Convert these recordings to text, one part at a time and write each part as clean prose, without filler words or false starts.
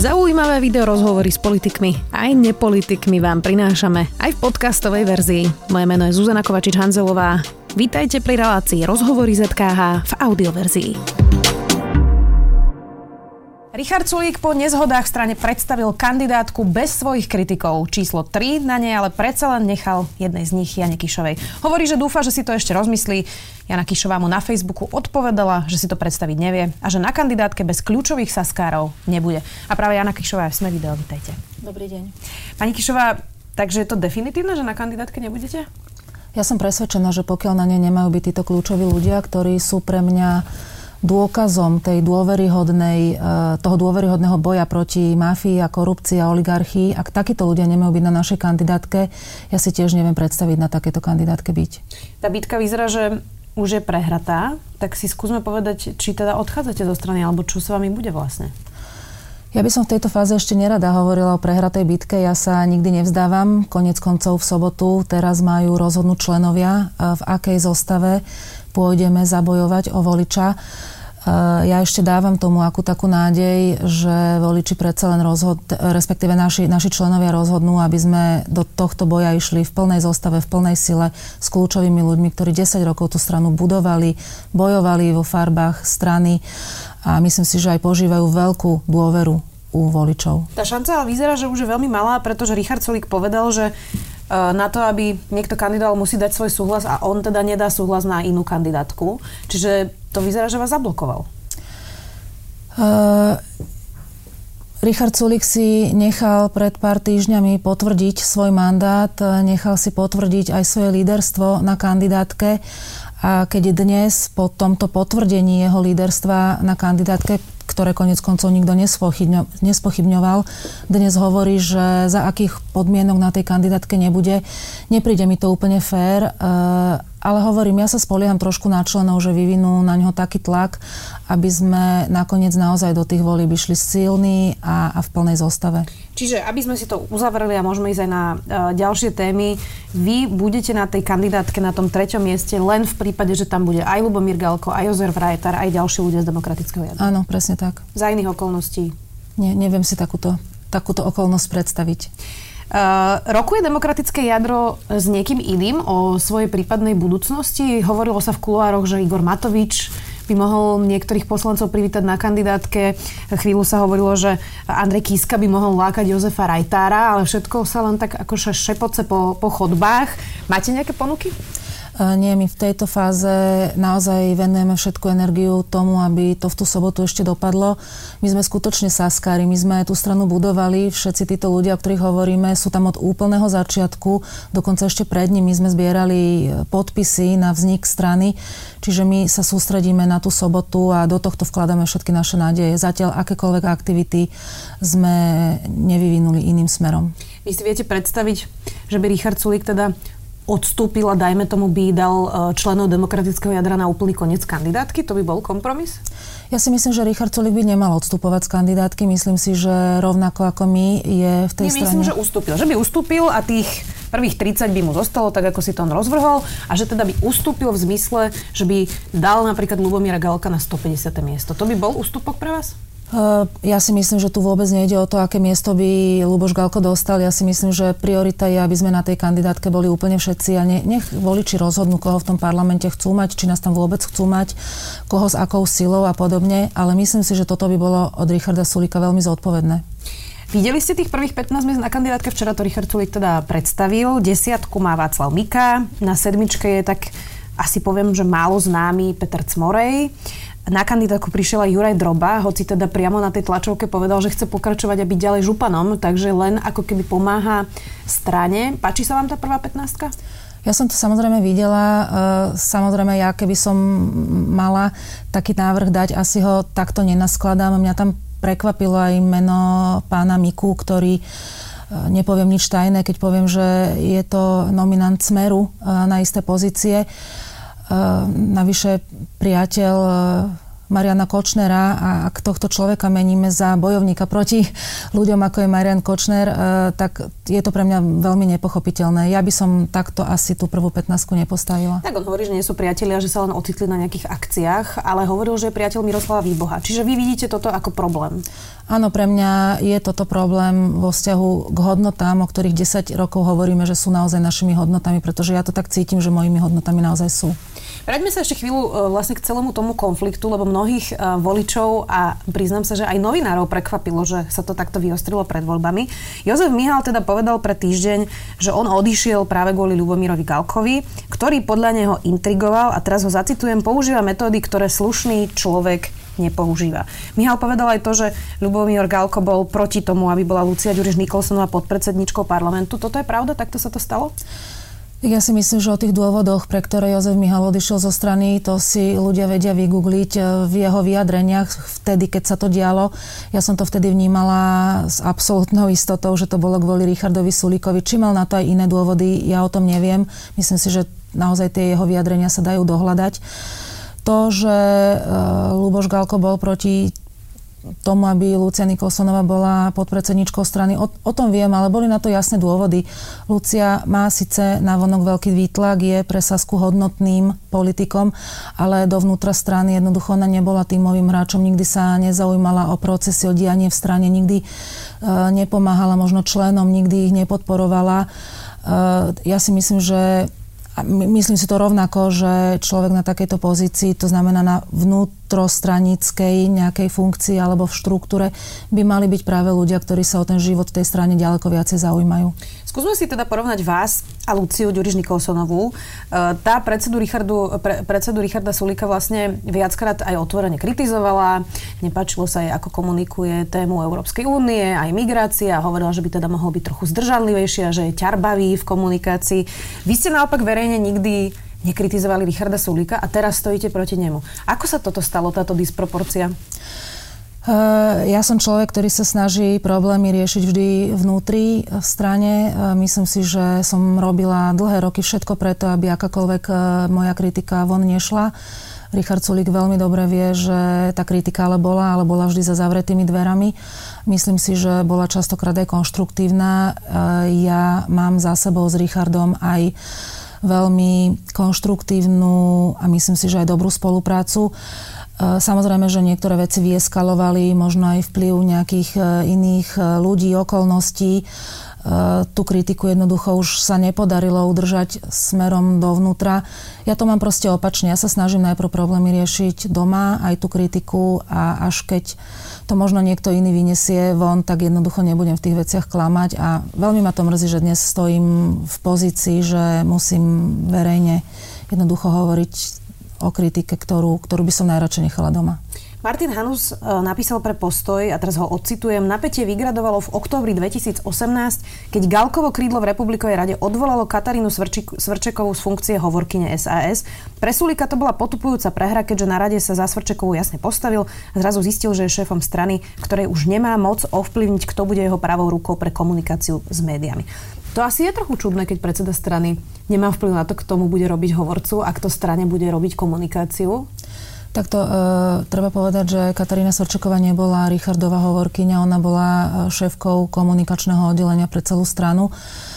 Zaujímavé videorozhovory s politikmi aj nepolitikmi vám prinášame aj v podcastovej verzii. Moje meno je Zuzana Kovačič-Hanzelová. Vítajte pri relácii Rozhovory ZKH v audioverzii. Richard Sulík po nezhodách v strane predstavil kandidátku bez svojich kritikov. Číslo 3 na nej ale predsa len nechal jednej z nich, Jane Kišovej. Hovorí, že dúfa, že si to ešte rozmyslí. Jana Kišová mu na Facebooku odpovedala, že si to predstaviť nevie a že na kandidátke bez kľúčových saskárov nebude. A práve Jana Kišová je v Sme video. Vítajte. Dobrý deň. Pani Kišová, takže je to definitívne, že na kandidátke nebudete? Ja som presvedčená, že pokiaľ na nej nemajú byť títo kľúčoví ľudia, ktorí sú pre mňa dôkazom toho dôveryhodného boja proti mafii a korupcii a oligarchii, ak takíto ľudia nemajú byť na našej kandidátke, ja si tiež neviem predstaviť na takéto kandidátke byť. Tá bitka vyzerá, že už je prehratá, tak si skúsme povedať, či teda odchádzate zo strany, alebo čo sa vami bude vlastne? Ja by som v tejto fáze ešte nerada hovorila o prehratej bitke. Ja sa nikdy nevzdávam. Koniec koncov v sobotu teraz majú rozhodnúť členovia, v akej zostave pôjdeme zabojovať o voliča. Ja ešte dávam tomu akú takú nádej, že voliči predsa len respektíve naši členovia rozhodnú, aby sme do tohto boja išli v plnej zostave, v plnej sile s kľúčovými ľuďmi, ktorí 10 rokov tú stranu budovali, bojovali vo farbách strany a myslím si, že aj požívajú veľkú dôveru u voličov. Tá šanca ale vyzerá, že už je veľmi malá, pretože Richard Sulík povedal, že na to, aby niekto kandidoval, musí dať svoj súhlas a on teda nedá súhlas na inú kandidátku. Čiže to vyzerá, že vás zablokoval. Richard Sulík si nechal pred pár týždňami potvrdiť svoj mandát, nechal si potvrdiť aj svoje líderstvo na kandidátke a keď dnes po tomto potvrdení jeho líderstva na kandidátke, ktoré konec koncov nikto nespochybňoval, dnes hovorí, že za akých podmienok na tej kandidátke nebude. Nepríde mi to úplne fér, ale hovorím, ja sa spolieham trošku na členov, že vyvinú na ňo taký tlak, aby sme nakoniec naozaj do tých volieb išli silní a v plnej zostave. Čiže, aby sme si to uzavreli a môžeme ísť aj na ďalšie témy, vy budete na tej kandidátke na tom 3. mieste len v prípade, že tam bude aj Ľubomír Galko, aj Jozef Rajtar, aj ďalší ľudia z Demokratického jadra. Áno, presne tak. Za iných okolností? Neviem si takúto okolnosť predstaviť. Rokuje Demokratické jadro s niekým iným o svojej prípadnej budúcnosti? Hovorilo sa v kuloároch, že Igor Matovič by mohol niektorých poslancov privítať na kandidátke. Chvíľu sa hovorilo, že Andrej Kiska by mohol lákať Jozefa Rajtára, ale všetko sa len tak akože šepoce po chodbách. Máte nejaké ponuky? Nie, my v tejto fáze naozaj venujeme všetku energiu tomu, aby to v tú sobotu ešte dopadlo. My sme skutočne saskári, my sme tú stranu budovali, všetci títo ľudia, o ktorých hovoríme, sú tam od úplného začiatku, dokonca ešte pred ním my sme zbierali podpisy na vznik strany, čiže my sa sústredíme na tú sobotu a do tohto vkladáme všetky naše nádeje. Zatiaľ akékoľvek aktivity sme nevyvinuli iným smerom. Vy si viete predstaviť, že by Richard Sulík teda odstúpil a dajme tomu by dal členov Demokratického jadra na úplný koniec kandidátky? To by bol kompromis? Ja si myslím, že Richard Sulík by nemal odstupovať z kandidátky. Myslím si, že rovnako ako my je v tej strane... Myslím, že ustúpil. Že by ustúpil a tých prvých 30 by mu zostalo tak, ako si to on rozvrhol a že teda by ustúpil v zmysle, že by dal napríklad Ľubomíra Galka na 150. miesto. To by bol ústupok pre vás? Ja si myslím, že tu vôbec nejde o to, aké miesto by Ľuboš Galko dostal. Ja si myslím, že priorita je, aby sme na tej kandidátke boli úplne všetci a nech voliči rozhodnú, koho v tom parlamente chcú mať, či nás tam vôbec chcú mať, koho s akou silou a podobne, ale myslím si, že toto by bolo od Richarda Sulíka veľmi zodpovedné. Videli ste tých prvých 15 miest na kandidátke? Včera to Richard Sulík teda predstavil. 10 má Václav Mika, na 7 je tak asi poviem, že málo známy Peter Cmorej. Na kandidátku prišiel aj Juraj Droba, hoci teda priamo na tej tlačovke povedal, že chce pokračovať a byť ďalej županom, takže len ako keby pomáha strane. Páči sa vám tá prvá 15? Ja som to samozrejme videla. Samozrejme, ja keby som mala taký návrh dať, asi ho takto nenaskladám. Mňa tam prekvapilo aj meno pána Miku, ktorý nepoviem nič tajné, keď poviem, že je to nominant Smeru na isté pozície. Navyše priateľ Mariana Kočnera a ak tohto človeka meníme za bojovníka proti ľuďom, ako je Marian Kočner, tak je to pre mňa veľmi nepochopiteľné. Ja by som takto asi tú prvú 15 nepostavila. Tak on hovorí, že nie sú priatelia, že sa len ocitli na nejakých akciách, ale hovoril, že je priateľ Miroslava Výboha. Čiže vy vidíte toto ako problém? Áno, pre mňa je toto problém vo vzťahu k hodnotám, o ktorých 10 rokov hovoríme, že sú naozaj našimi hodnotami, pretože ja to tak cítim, že mojimi hodnotami naozaj sú. Vráťme sa ešte chvíľu vlastne k celému tomu konfliktu, lebo mnohých voličov a priznám sa, že aj novinárov prekvapilo, že sa to takto vyostrilo pred voľbami. Jozef Mihal teda povedal pred týždeň, že on odišiel práve kvôli Ľubomirovi Galkovi, ktorý podľa neho intrigoval a teraz ho zacitujem, používa metódy, ktoré slušný človek nepoužíva. Mihal povedal aj to, že Ľubomír Galko bol proti tomu, aby bola Lucia Ďuriš-Nikolsonová podpredsedníčkou parlamentu. Toto je pravda? Takto sa to stalo? Ja si myslím, že o tých dôvodoch, pre ktoré Jozef Mihal odišiel zo strany, to si ľudia vedia vygoogliť v jeho vyjadreniach vtedy, keď sa to dialo. Ja som to vtedy vnímala s absolútnou istotou, že to bolo kvôli Richardovi Sulíkovi. Či mal na to aj iné dôvody, ja o tom neviem. Myslím si, že naozaj tie jeho vyjadrenia sa dajú dohľadať. To, že Ľuboš Galko bol proti tomu, aby Lucia Nikolsonová bola podpredsedničkou strany. O tom viem, ale boli na to jasné dôvody. Lucia má síce navonok veľký výtlak, je pre Sasku hodnotným politikom, ale dovnútra strany jednoducho ona nebola tímovým hráčom, nikdy sa nezaujímala o procesy, o dianie v strane, nikdy nepomáhala možno členom, nikdy ich nepodporovala. Ja si myslím, že myslím si to rovnako, že človek na takejto pozícii, to znamená na vnútrostranickej nejakej funkcii alebo v štruktúre, by mali byť práve ľudia, ktorí sa o ten život v tej strane ďaleko viacej zaujímajú. Skúsme si teda porovnať vás a Luciu Ďuriš-Nikolsonovú. Tá predsedu Richarda Sulíka vlastne viackrát aj otvorene kritizovala. Nepáčilo sa jej, ako komunikuje tému Európskej únie, aj migrácie a hovorila, že by teda mohol byť trochu zdržanlivejšia, že je ťarbavý v komunikácii. Vy ste naopak verejne nikdy nekritizovali Richarda Sulíka a teraz stojíte proti nemu. Ako sa toto stalo, táto disproporcia? Ja som človek, ktorý sa snaží problémy riešiť vždy vnútri v strane. Myslím si, že som robila dlhé roky všetko preto, aby akákoľvek moja kritika von nešla. Richard Sulík veľmi dobre vie, že tá kritika ale bola vždy za zavretými dverami. Myslím si, že bola častokrát aj konštruktívna. Ja mám za sebou s Richardom aj veľmi konštruktívnu a myslím si, že aj dobrú spoluprácu. Samozrejme, že niektoré veci vyeskalovali, možno aj vplyv nejakých iných ľudí, okolností. Tú kritiku jednoducho už sa nepodarilo udržať smerom dovnútra. Ja to mám proste opačne. Ja sa snažím najprv problémy riešiť doma, aj tú kritiku a až keď to možno niekto iný vyniesie von, tak jednoducho nebudem v tých veciach klamať a veľmi ma to mrzí, že dnes stojím v pozícii, že musím verejne jednoducho hovoriť o kritike, ktorú by som najradšej nechala doma. Martin Hanus napísal pre Postoj, a teraz ho odcitujem, napätie vygradovalo v októbri 2018, keď Galkovo krídlo v Republikovej rade odvolalo Katarínu Svrčekovú z funkcie hovorkyne SAS. Pre Sulíka to bola potupujúca prehra, keďže na rade sa za Svrčekovú jasne postavil a zrazu zistil, že je šéfom strany, ktorej už nemá moc ovplyvniť, kto bude jeho pravou rukou pre komunikáciu s médiami. To asi je trochu čudné, keď predseda strany nemá vplyv na to, k tomu bude robiť hovorcu a kto strane bude robiť komunikáciu. Takto treba povedať, že Katarína Svrčeková nebola Richardova hovorkyňa, ona bola šéfkou komunikačného oddelenia pre celú stranu.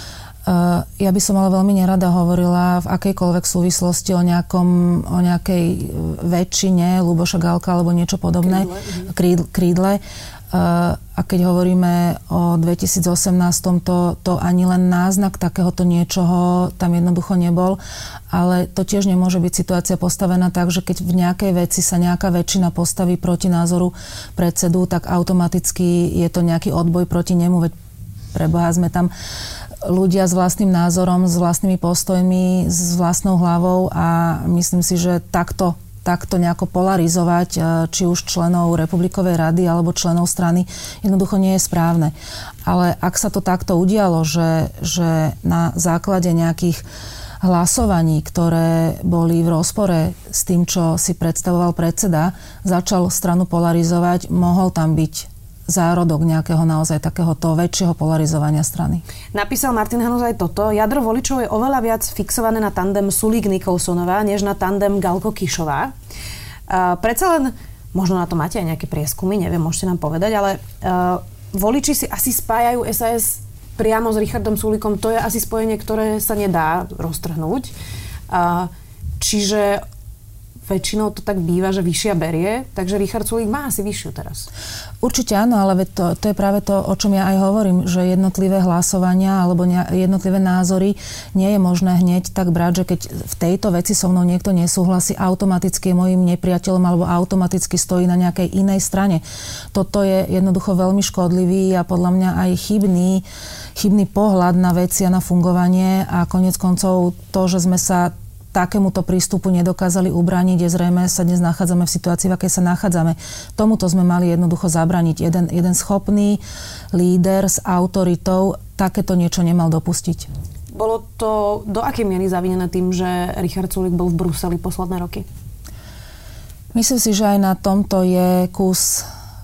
Ja by som ale veľmi nerada hovorila v akejkoľvek súvislosti o nejakej väčšine Ľuboša Galka alebo niečo podobné. Krídle. A keď hovoríme o 2018, to ani len náznak takéhoto niečoho tam jednoducho nebol. Ale to tiež nemôže byť situácia postavená tak, že keď v nejakej veci sa nejaká väčšina postaví proti názoru predsedu, tak automaticky je to nejaký odboj proti nemu. Veď preboha, sme tam ľudia s vlastným názorom, s vlastnými postojmi, s vlastnou hlavou a myslím si, že takto nejako polarizovať, či už členov Republikovej rady alebo členov strany, jednoducho nie je správne. Ale ak sa to takto udialo, že na základe nejakých hlasovaní, ktoré boli v rozpore s tým, čo si predstavoval predseda, začal stranu polarizovať, mohol tam byť zárodok nejakého naozaj takéhoto väčšieho polarizovania strany. Napísal Martin Hanus aj toto. Jadro voličov je oveľa viac fixované na tandem Sulík-Nikolsonová, než na tandem Galko-Kišová. Predsa len možno na to máte aj nejaké prieskumy, neviem, môžete nám povedať, ale voliči si asi spájajú SAS priamo s Richardom Sulíkom. To je asi spojenie, ktoré sa nedá roztrhnúť. Čiže väčšinou to tak býva, že vyššia berie, takže Richard Sulík má asi vyššiu teraz. Určite áno, ale to je práve to, o čom ja aj hovorím, že jednotlivé hlasovania alebo jednotlivé názory nie je možné hneď tak brať, že keď v tejto veci so mnou niekto nesúhlasí, automaticky je mojím nepriateľom alebo automaticky stojí na nejakej inej strane. Toto je jednoducho veľmi škodlivý a podľa mňa aj chybný pohľad na veci a na fungovanie a koniec koncov to, že sme sa takémuto prístupu nedokázali ubrániť, je zrejme sa dnes nachádzame v situácii, v akej sa nachádzame. Tomuto sme mali jednoducho zabrániť. Jeden schopný líder s autoritou takéto niečo nemal dopustiť. Bolo to do akej miery zavinené tým, že Richard Sulík bol v Bruseli posledné roky? Myslím si, že aj na tomto je kus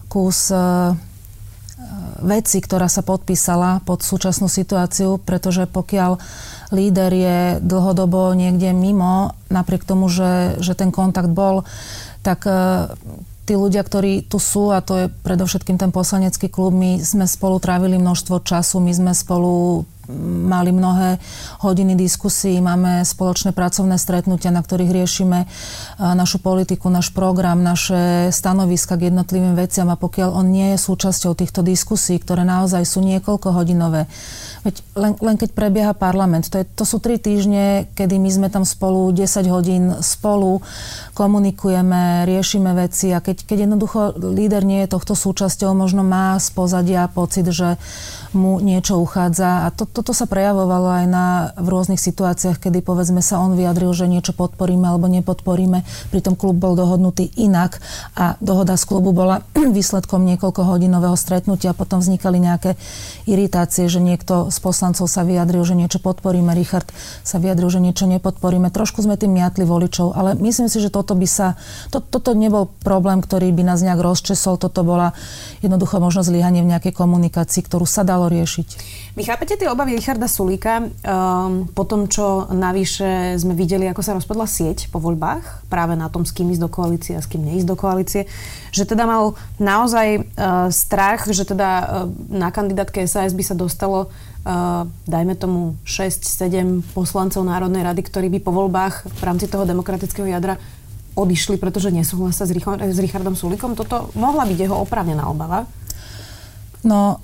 veci, ktorá sa podpísala pod súčasnú situáciu, pretože pokiaľ líder je dlhodobo niekde mimo, napriek tomu, že ten kontakt bol, tak tí ľudia, ktorí tu sú, a to je predovšetkým ten poslanecký klub, my sme spolu trávili množstvo času, my sme spolu mali mnohé hodiny diskusí, máme spoločné pracovné stretnutia, na ktorých riešime našu politiku, náš program, naše stanoviska k jednotlivým veciam a pokiaľ on nie je súčasťou týchto diskusí, ktoré naozaj sú niekoľkohodinové, veď len keď prebieha parlament, to sú 3 týždne, kedy my sme tam spolu 10 hodín spolu komunikujeme, riešime veci a keď jednoducho líder nie je tohto súčasťou, možno má z pozadia pocit, že mu niečo uchádza a toto sa prejavovalo aj v rôznych situáciách, kedy povedzme sa on vyjadril, že niečo podporíme alebo nepodporíme, pritom klub bol dohodnutý inak a dohoda z klubu bola výsledkom niekoľkohodinového stretnutia, potom vznikali nejaké iritácie, že niekto z poslancov sa vyjadril, že niečo podporíme, Richard sa vyjadril, že niečo nepodporíme. Trošku sme tým miatli voličov, ale myslím si, že toto nebol problém, ktorý by nás nejak rozčesol, toto bola jednoducho možno zlyhanie v nejakej komunikácii, ktorú sa dalo riešiť. Vy chápete tie obavy Richarda Sulíka po tom, čo navyše sme videli, ako sa rozpadla sieť po voľbách, práve na tom, s kým ísť do koalície a s kým neísť do koalície, že teda mal naozaj strach, že teda na kandidátke SAS by sa dostalo dajme tomu 6-7 poslancov Národnej rady, ktorí by po voľbách v rámci toho demokratického jadra odišli, pretože nesúhlasia s Richardom Sulíkom. Toto mohla byť jeho oprávnená obava? No,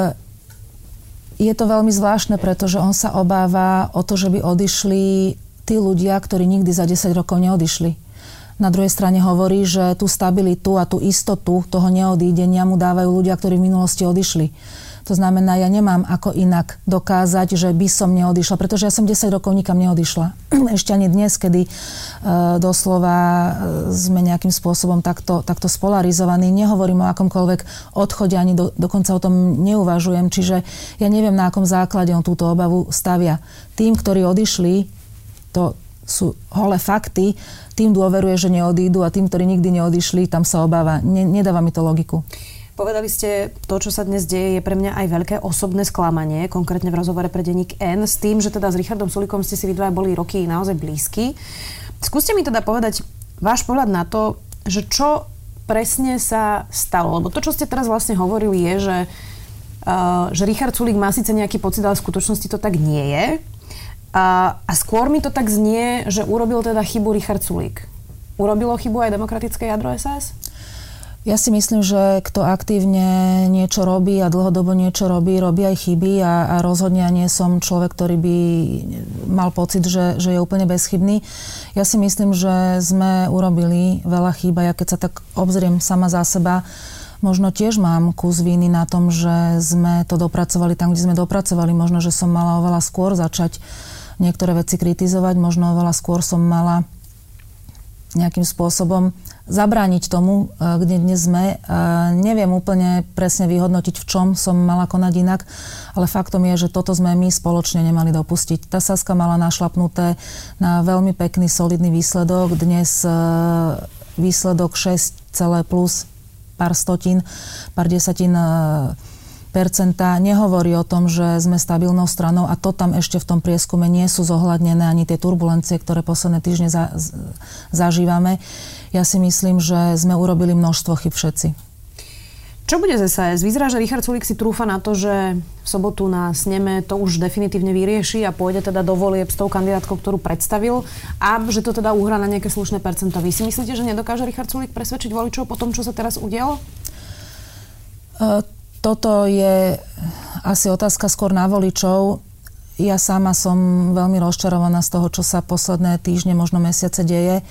je to veľmi zvláštne, pretože on sa obáva o to, že by odišli tí ľudia, ktorí nikdy za 10 rokov neodišli. Na druhej strane hovorí, že tú stabilitu a tú istotu toho neodídenia mu dávajú ľudia, ktorí v minulosti odišli. To znamená, ja nemám ako inak dokázať, že by som neodišla, pretože ja som 10 rokov nikam neodišla. Ešte ani dnes, kedy doslova sme nejakým spôsobom takto spolarizovaní. Nehovorím o akomkoľvek odchode, ani dokonca o tom neuvažujem. Čiže ja neviem, na akom základe on túto obavu stavia. Tým, ktorí odišli, to sú holé fakty, tým dôveruje, že neodídu a tým, ktorí nikdy neodišli, tam sa obáva. Nedáva mi to logiku. Povedali ste, to, čo sa dnes deje, je pre mňa aj veľké osobné sklamanie, konkrétne v rozhovore pre denník N, s tým, že teda s Richardom Sulíkom ste si vy dvaja boli roky naozaj blízky. Skúste mi teda povedať váš pohľad na to, že čo presne sa stalo, lebo to, čo ste teraz vlastne hovorili, je, že Richard Sulík má síce nejaký pocit, ale v skutočnosti to tak nie je. A skôr mi to tak znie, že urobil teda chybu Richard Sulík. Urobilo chybu aj demokratické jadro SAS? Ja si myslím, že kto aktívne niečo robí a dlhodobo niečo robí aj chyby a rozhodne nie som človek, ktorý by mal pocit, že je úplne bezchybný. Ja si myslím, že sme urobili veľa chýb a ja keď sa tak obzriem sama za seba, možno tiež mám kus viny na tom, že sme to dopracovali tam, kde sme dopracovali. Možno, že som mala oveľa skôr začať niektoré veci kritizovať, možno oveľa skôr som mala nejakým spôsobom zabrániť tomu, kde dnes sme. Neviem úplne presne vyhodnotiť, v čom som mala konať inak, ale faktom je, že toto sme my spoločne nemali dopustiť. Tá Saska mala našlapnuté na veľmi pekný, solidný výsledok. Dnes výsledok 6, plus pár stotín, pár desatín nehovorí o tom, že sme stabilnou stranou a to tam ešte v tom prieskume nie sú zohľadnené ani tie turbulencie, ktoré posledné týždne zažívame. Ja si myslím, že sme urobili množstvo chyb všetci. Čo bude z SAS? Vyzerá, že Richard Sulík si trúfa na to, že v sobotu na sneme to už definitívne vyrieši a pôjde teda do volieb s tou kandidátkou, ktorú predstavil a že to teda uhrá na nejaké slušné percento. Vy si myslíte, že nedokáže Richard Sulík presvedčiť voličov po tom, čo sa teraz udialo? Toto je asi otázka skôr na voličov. Ja sama som veľmi rozčarovaná z toho, čo sa posledné týždne, možno mesiace deje.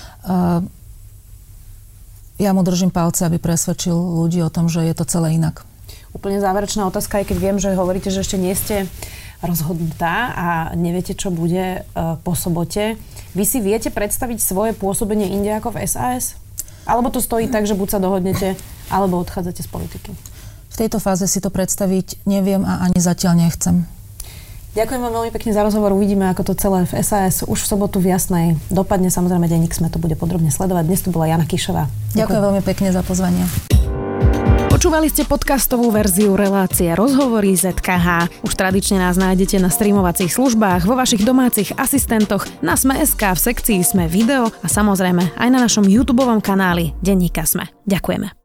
Ja mu držím palce, aby presvedčil ľudí o tom, že je to celé inak. Úplne záverečná otázka, aj keď viem, že hovoríte, že ešte nie ste rozhodnutá a neviete, čo bude po sobote. Vy si viete predstaviť svoje pôsobenie inde ako v SAS? Alebo to stojí tak, že buď sa dohodnete, alebo odchádzate z politiky? V tejto fáze si to predstaviť neviem a ani zatiaľ nechcem. Ďakujem vám veľmi pekne za rozhovor. Uvidíme, ako to celé v SAS už v sobotu v Jasnej dopadne. Samozrejme, denník SME to bude podrobne sledovať. Dnes tu bola Jana Kišová. Ďakujem veľmi pekne za pozvanie. Počúvali ste podcastovú verziu relácie Rozhovory ZKH. Už tradične nás nájdete na streamovacích službách, vo vašich domácich asistentoch, na Sme.sk, v sekcii Sme video a samozrejme aj na našom YouTubeovom kanáli Denníka SME. Ďakujeme.